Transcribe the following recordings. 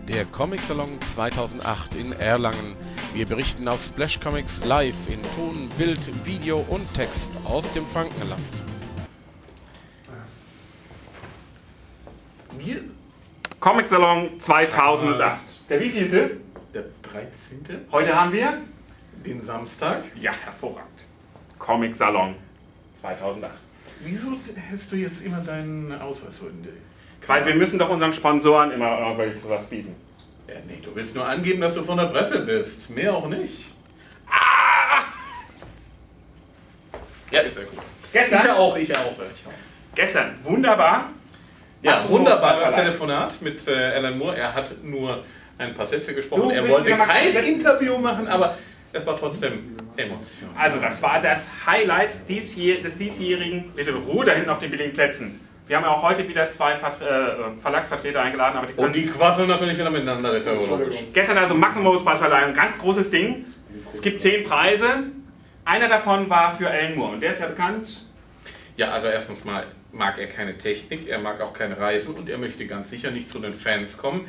Der Comic Salon 2008 in Erlangen. Wir berichten auf Splash Comics live in Ton, Bild, Video und Text aus dem Frankenland. Wir Comic Salon 2008. Der wievielte? Der 13. Heute haben wir? Den Samstag. Ja, hervorragend. Comic Salon 2008. Wieso hältst du jetzt immer deinen Ausweis so in der... Weil wir müssen doch unseren Sponsoren immer irgendwelches sowas bieten. Ja, nee, du willst nur angeben, dass du von der Presse bist. Mehr auch nicht. Ja, ist ja gut. Gestern? Ich auch. Gestern, wunderbar. Ja, Absolut wunderbares wunderbar. Telefonat mit Alan Moore. Er hat nur ein paar Sätze gesprochen. Du Er bist wollte wieder mal kein komplett- Interview machen, aber es war trotzdem emotional. Also das war das Highlight des diesjährigen, bitte Ruhe da hinten auf den billigen Plätzen. Wir haben ja auch heute wieder zwei Verlagsvertreter eingeladen, aber die können... Und die quasseln natürlich wieder miteinander, das ist ja logisch. Gestern also Max & Moritz Preisverleihung, ganz großes Ding. Es gibt 10 Preise. Einer davon war für Alan Moore und der ist ja bekannt. Ja, also erstens mal mag er keine Technik, er mag auch keine Reisen und er möchte ganz sicher nicht zu den Fans kommen.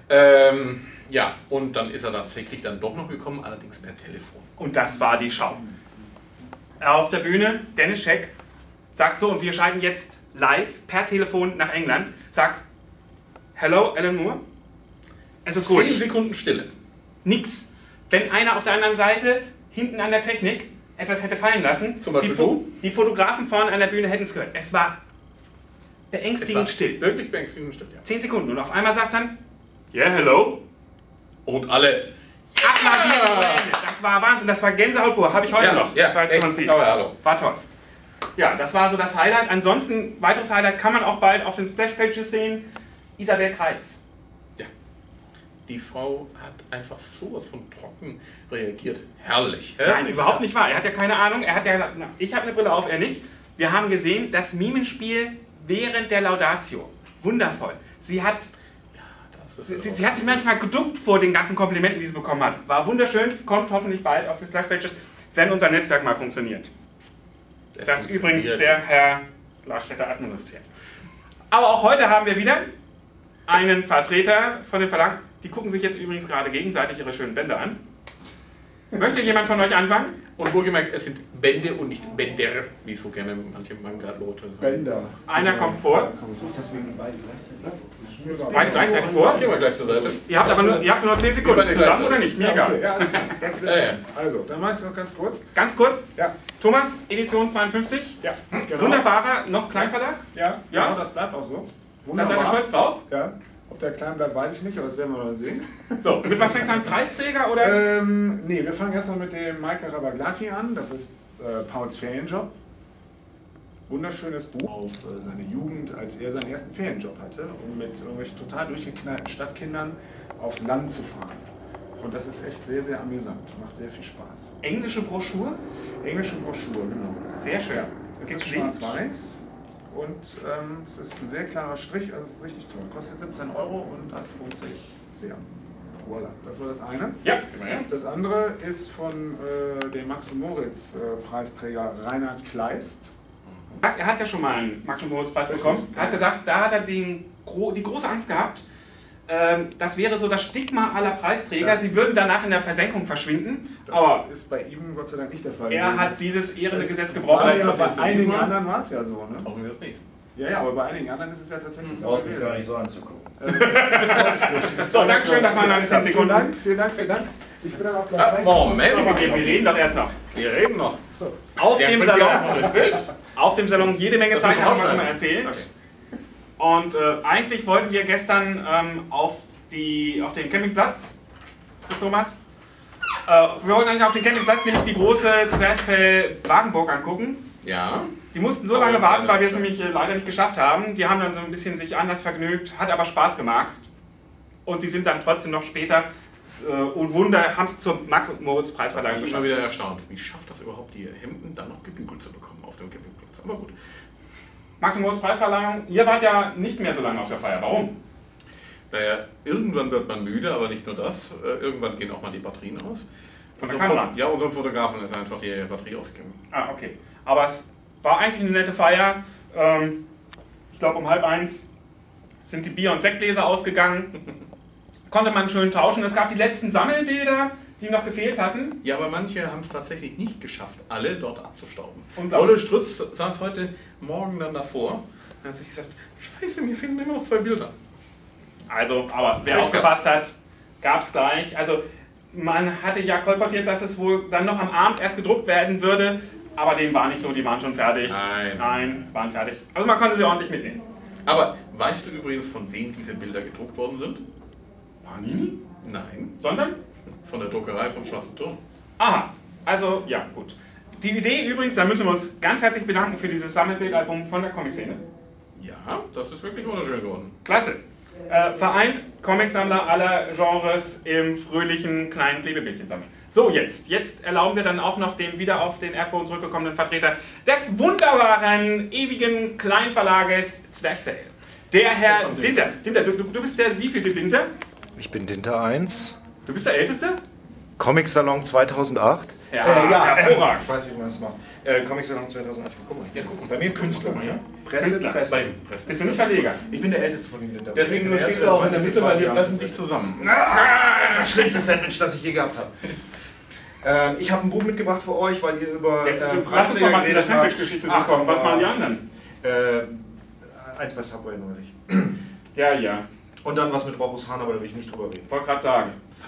Ja, und dann ist er tatsächlich dann doch noch gekommen, allerdings per Telefon. Und das war die Schau. Auf der Bühne, Dennis Scheck sagt so, und wir schalten jetzt live per Telefon nach England, sagt, Hello, Alan Moore. Es ist 10 ruhig. Sekunden Stille. Nix. Wenn einer auf der anderen Seite, hinten an der Technik, etwas hätte fallen lassen, Zum Beispiel du? die Fotografen vorne an der Bühne hätten es gehört. Es war beängstigend still. Wirklich beängstigend still, ja. 10 Sekunden. Und auf einmal sagt es dann, yeah, hello. Und alle... Applaudieren ohne Ende. Das war Wahnsinn, das war Gänsehaut pur. Habe ich heute noch. Ja, falls echt, man sieht. aber hallo. War toll. Ja, das war so das Highlight. Ansonsten, weiteres Highlight kann man auch bald auf den Splash-Pages sehen. Isabel Kreitz. Ja. Die Frau hat einfach sowas von trocken reagiert. Herrlich. Nein, überhaupt nicht wahr. Er hat ja keine Ahnung. Er hat ja gesagt, na, ich habe eine Brille auf, er nicht. Wir haben gesehen, das Mimenspiel während der Laudatio. Wundervoll. Sie hat sich manchmal geduckt vor den ganzen Komplimenten, die sie bekommen hat. War wunderschön, kommt hoffentlich bald auf die Splash-Pages, wenn unser Netzwerk mal funktioniert. Das übrigens der Herr Larstetter administriert. Aber auch heute haben wir wieder einen Vertreter von dem Verlag. Die gucken sich jetzt übrigens gerade gegenseitig ihre schönen Bände an. Möchte jemand von euch anfangen? Und wohlgemerkt, es sind Bände und nicht Bänder, wie so gerne manche Manga-Leute sagen. Bänder. Einer kommt vor. Beide gleichzeitig vor. Gehen wir gleich zur Seite. Ihr habt aber nur 10 Sekunden. Über die Zusammen Seite. oder nicht? Mir Ja, egal. okay, ja, alles klar. Das ist Ja, ja. Also, dann machst du noch ganz kurz. Ganz kurz. Ja, Thomas, Edition 52. ja, genau. Wunderbarer, noch Kleinverlag. Ja, Ja. genau, das bleibt auch so. Da seid ihr Wunderbar. stolz drauf. Ja, ob der klein bleibt, weiß ich nicht, aber das werden wir noch sehen. So, mit was fängst du an? Preisträger oder? Nee, wir fangen erstmal mit dem Michael Rabaglati an. Das ist Pauls Ferienjob. Wunderschönes Buch auf seine Jugend, als er seinen ersten Ferienjob hatte, um mit irgendwelchen total durchgeknallten Stadtkindern aufs Land zu fahren. Und das ist echt sehr, sehr amüsant. Macht sehr viel Spaß. Englische Broschur. Englische Broschur, genau. Sehr schön. Ja, es Gibt's ist die? schwarz-weiß und es ist ein sehr klarer Strich, also es ist richtig toll. Kostet 17 € und das lohnt sich sehr. Voilà, das war das eine. Ja, gib mal her. Das andere ist von dem Max & Moritz Preisträger Reinhard Kleist. Er hat ja schon mal einen Max & Moritz Preis Richtig. bekommen. Er hat gesagt, da hat er die große Angst gehabt, das wäre so das Stigma aller Preisträger. Ja. Sie würden danach in der Versenkung verschwinden. Das Aber ist bei ihm Gott sei Dank nicht der Fall. er gewesen. hat dieses ehrende Gesetz War gebrochen. ja, Was bei jetzt einigen diesmal? anderen war es ja so, ne? Auch wenn wir das nicht. Ja, aber bei einigen anderen ist es ja tatsächlich so Brauchst mich gar gewesen. nicht so anzugucken. Das wollte ich nicht. So, Dankeschön, das waren deine 10 Sekunden. Vielen Dank. Ich bin dann auch gleich weg. Moment, Wir reden doch erst noch. wir reden noch. So. Auf Der dem springt Salon. ja durchs Bild. Auf dem Salon jede Menge Das Zeit, muss ich haben wir schon aufschreiben. mal erzählt. Okay. Und eigentlich wollten wir gestern auf den Campingplatz, Thomas, wir wollten eigentlich auf den Campingplatz nämlich die große Zwerchfell Wagenburg angucken. Ja. Die mussten so lange warten, weil wir es nämlich leider nicht geschafft haben. Die haben dann so ein bisschen sich anders vergnügt, hat aber Spaß gemacht. Und die sind dann trotzdem noch später und Wunder haben es zur Max & Moritz Das Preisverleihung bin ich immer geschafft. wieder erstaunt. Wie schafft das überhaupt, die Hemden dann noch gebügelt zu bekommen auf dem Campingplatz? Aber gut. Max & Moritz Preisverleihung, ihr wart ja nicht mehr so lange auf der Feier. Warum? Naja, irgendwann wird man müde, aber nicht nur das. Irgendwann gehen auch mal die Batterien aus. Von der Kamera? Ja, unserem Fotografen ist einfach die Batterie ausgegangen. Ah, okay. Aber es war eigentlich eine nette Feier. Ich glaube, um 12:30 sind die Bier- und Sektgläser ausgegangen. konnte man schön tauschen. Es gab die letzten Sammelbilder, die noch gefehlt hatten. Ja, aber manche haben es tatsächlich nicht geschafft, alle dort abzustauben. Unglaublich. Olle Strutz saß heute Morgen dann davor und hat sich gesagt, scheiße, mir fehlen immer noch 2 Bilder. Also, aber wer Ich aufgepasst hat, gab es gleich. Also, man hatte ja kolportiert, dass es wohl dann noch am Abend erst gedruckt werden würde, aber dem war nicht so, die waren schon fertig. Nein, waren fertig. Also man konnte sie ordentlich mitnehmen. Aber weißt du übrigens, von wem diese Bilder gedruckt worden sind? Panini? Nein, Sondern? von der Druckerei vom Schwarzen Turm. Aha, also ja, gut. Die Idee übrigens, da müssen wir uns ganz herzlich bedanken für dieses Sammelbildalbum von der Comic-Szene. Ja, das ist wirklich wunderschön geworden. Klasse. Vereint Comicsammler aller Genres im fröhlichen kleinen Klebebildchen sammeln. So, jetzt erlauben wir dann auch noch dem wieder auf den Erdboden zurückgekommenen Vertreter des wunderbaren, ewigen Kleinverlages Zwerchfell. Der Herr Dinter. Dinter, du bist der wievielte Dinter? Ich bin Dinter 1. Du bist der Älteste? Comic-Salon 2008. Hervorragend. Ich weiß, wie man das macht. Comic-Salon 2008. Guck mal. Ja, guck mal. Bei mir Künstler. Guck mal, ja. Künstler. Presse. Bist du nicht Verleger? Ich bin der Älteste von den Dinter. Deswegen Ich bin der stehst Erste, du auch in der der Mitte, weil wir zweite pressen Jahr dich zusammen. Das schlimmste Sandwich, das ich je gehabt habe. Ich habe ein Buch mitgebracht für euch, weil ihr über Jetzt, lass uns doch mal zu der Sandwich-Geschichte kommen. Was waren die anderen? Eins bei Subway neulich. Ja. Und dann was mit Robbus Hahn, aber da will ich nicht drüber reden. Wollte gerade sagen.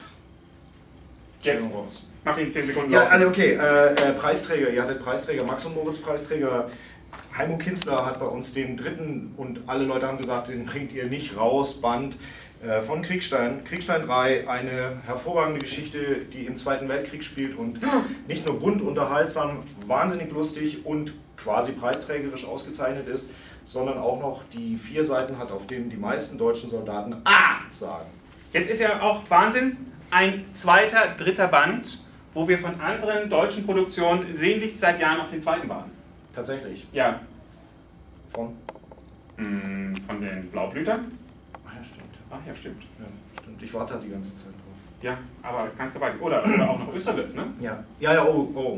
Jetzt. Raus. Mach ihn 10 Sekunden Ja, laufen. also okay, Preisträger, ihr hattet Preisträger, Max und Moritz Preisträger, Heimo Kinzler hat bei uns den dritten und alle Leute haben gesagt, den bringt ihr nicht raus, Band von Kriegstein. Kriegstein 3, eine hervorragende Geschichte, die im Zweiten Weltkrieg spielt und nicht nur bunt, unterhaltsam, wahnsinnig lustig und quasi preisträgerisch ausgezeichnet ist, sondern auch noch die 4 Seiten hat, auf denen die meisten deutschen Soldaten sagen. Jetzt ist ja auch Wahnsinn, ein zweiter, dritter Band, wo wir von anderen deutschen Produktionen sehnlichst seit Jahren auf den zweiten warten. Tatsächlich. Ja. Von? Von den Blaublütern? Ach ja, stimmt. Ach ja, stimmt. Ja, stimmt. Ich warte da die ganze Zeit drauf. Ja, aber ganz gewaltig. Oder auch noch Österlitz, ne? Ja, ja, oh.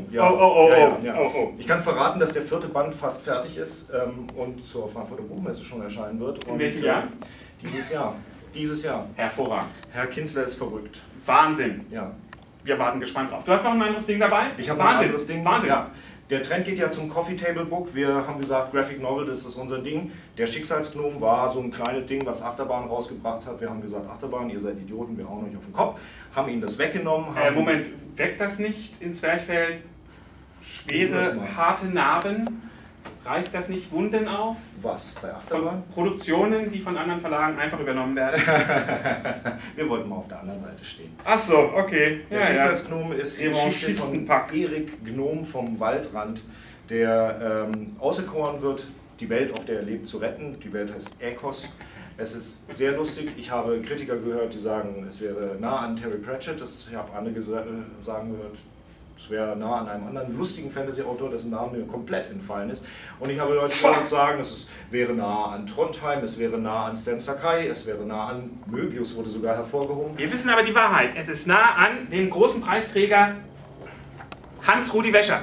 Ich kann verraten, dass der 4. Band fast fertig ist und zur Frankfurter Buchmesse schon erscheinen wird. In welchem Jahr? Dieses Jahr. Hervorragend. Herr Kinzler ist verrückt. Wahnsinn. Ja. Wir warten gespannt drauf. Du hast noch ein anderes Ding dabei? Ich habe noch ein anderes Ding. Wahnsinn. Ja. Der Trend geht ja zum Coffee Table Book. Wir haben gesagt, Graphic Novel, das ist unser Ding. Der Schicksalsgnom war so ein kleines Ding, was Achterbahn rausgebracht hat. Wir haben gesagt, Achterbahn, ihr seid Idioten, wir hauen euch auf den Kopf. Haben ihnen das weggenommen. Moment, weckt das nicht in Zwerchfell schwere, harte Narben? Reißt das nicht Wunden auf? Was? Bei Achterbahn? Von Produktionen, die von anderen Verlagen einfach übernommen werden? Wir wollten mal auf der anderen Seite stehen. Ach so, okay. Der Schicksalsgnom ist die Geschichte von Erik Gnom vom Waldrand, der auserkoren wird, die Welt, auf der er lebt, zu retten. Die Welt heißt Äkos. Es ist sehr lustig. Ich habe Kritiker gehört, die sagen, es wäre nah an Terry Pratchett. Ich habe andere sagen gehört, es wäre nah an einem anderen lustigen Fantasy-Autor, dessen Name mir komplett entfallen ist. Und ich habe Leute gehört sagen, wäre nah an Trondheim, es wäre nah an Stan Sakai, es wäre nah an Möbius, wurde sogar hervorgehoben. Wir wissen aber die Wahrheit. Es ist nah an dem großen Preisträger Hans-Rudi Wäscher.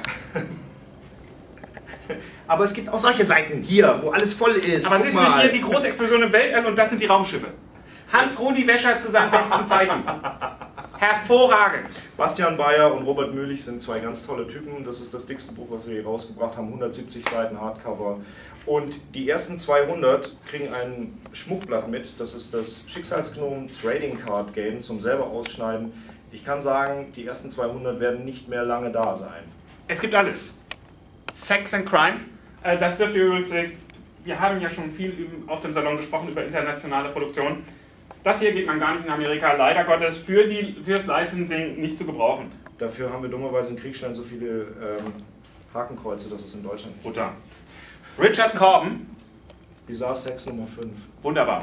Aber es gibt auch solche Seiten hier, wo alles voll ist. Aber siehst du nicht hier die große Explosion im Weltall und das sind die Raumschiffe. Hans-Rudi Wäscher zu seinen besten Zeiten. Hervorragend. Bastian Bayer und Robert Mühlich sind 2 ganz tolle Typen. Das ist das dickste Buch, was wir hier rausgebracht haben. 170 Seiten Hardcover. Und die ersten 200 kriegen ein Schmuckblatt mit. Das ist das Schicksalsgnom Trading Card Game zum selber ausschneiden. Ich kann sagen, die ersten 200 werden nicht mehr lange da sein. Es gibt alles. Sex and Crime. Das dürft ihr übrigens sehen. Wir haben ja schon viel auf dem Salon gesprochen über internationale Produktion. Das hier geht man gar nicht in Amerika, leider Gottes, fürs Licensing nicht zu gebrauchen. Dafür haben wir dummerweise in Kriegstein so viele Hakenkreuze, dass es in Deutschland nicht Butter. Richard Corbin. Bizarre Sex Nummer 5. Wunderbar.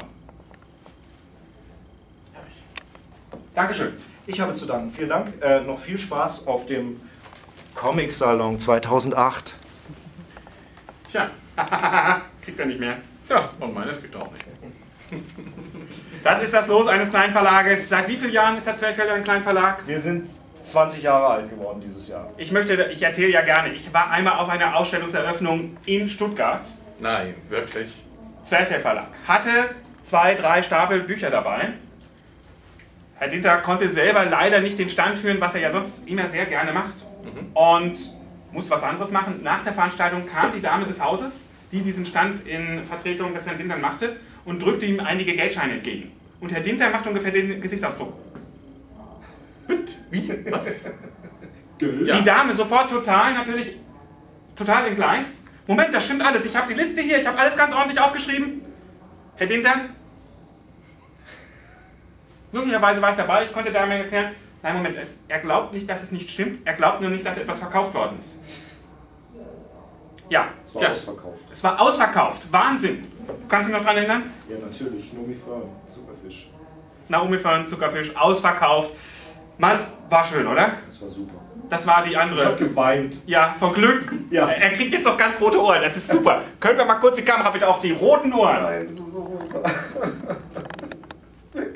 Herrlich. Dankeschön. Ich habe zu danken. Vielen Dank. Noch viel Spaß auf dem Comic-Salon 2008. Tja, kriegt er nicht mehr. Ja, und meines kriegt er auch nicht. Das ist das Los eines Kleinverlages. Seit wie vielen Jahren ist der Zwerchfell ein Kleinverlag? Wir sind 20 Jahre alt geworden dieses Jahr. Ich erzähle ja gerne. Ich war einmal auf einer Ausstellungseröffnung in Stuttgart. Nein, wirklich. Zwerchfell Verlag. Hatte 2, 3 Stapel Bücher dabei. Herr Dinter konnte selber leider nicht den Stand führen, was er ja sonst immer sehr gerne macht. Und musste was anderes machen. Nach der Veranstaltung kam die Dame des Hauses, die diesen Stand in Vertretung des Herrn Dinter machte, und drückte ihm einige Geldscheine entgegen. Und Herr Dinter macht ungefähr den Gesichtsausdruck. Wie? Was? Die Dame sofort total entgleist. Moment, das stimmt alles. Ich habe die Liste hier, ich habe alles ganz ordentlich aufgeschrieben. Herr Dinter? Glücklicherweise war ich dabei, ich konnte damit erklären, nein, Moment, er glaubt nicht, dass es nicht stimmt, er glaubt nur nicht, dass etwas verkauft worden ist. Ja. Es war ausverkauft. Es war ausverkauft. Wahnsinn. Du kannst dich noch daran erinnern? Ja, natürlich. Naomi Fern, Zuckerfisch. Naomi Fern, Zuckerfisch, ausverkauft. Mann, war schön, oder? Das war super. Das war die andere. Ich hab geweint. Ja, vor Glück. Ja. Er kriegt jetzt noch ganz rote Ohren, das ist super. Können wir mal kurz die Kamera bitte auf die roten Ohren? Nein, das ist so rot. Weg.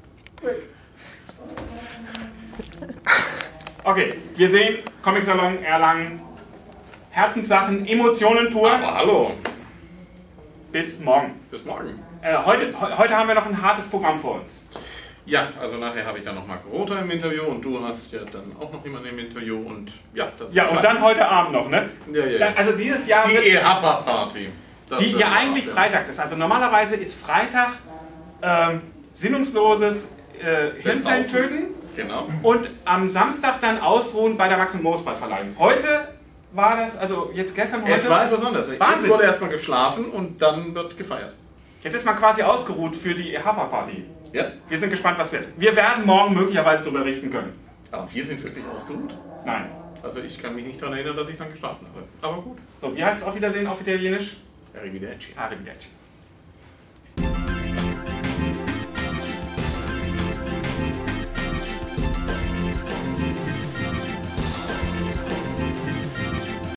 Okay, wir sehen Comic-Salon Erlangen. Herzenssachen, Emotionen pur. Aber hallo. Bis morgen. Bis morgen. Heute haben wir noch ein hartes Programm vor uns. Ja, also nachher habe ich dann noch Marco Rother im Interview und du hast ja dann auch noch jemanden im Interview und ja. Ja, und dann heute Abend noch, ne? Ja. Also dieses Jahr... Die EHPA-Party. Die ja eigentlich freitags ist. Also normalerweise ist Freitag sinnungsloses Hirnzellentöten. Genau. Und am Samstag dann ausruhen bei der Max-und-Moritz-Preisverleihung. Heute war das, also jetzt gestern, heute... Es war etwas anderes. Wahnsinn. Jetzt wurde erstmal geschlafen und dann wird gefeiert. Jetzt ist man quasi ausgeruht für die EHPA-Party. Ja. Wir sind gespannt, was wird. Wir werden morgen möglicherweise darüber berichten können. Aber wir sind wirklich ausgeruht. Nein. Also ich kann mich nicht daran erinnern, dass ich dann geschlafen habe. Aber gut. So, wie heißt es auf Wiedersehen auf Italienisch? Arrivederci. Arrivederci.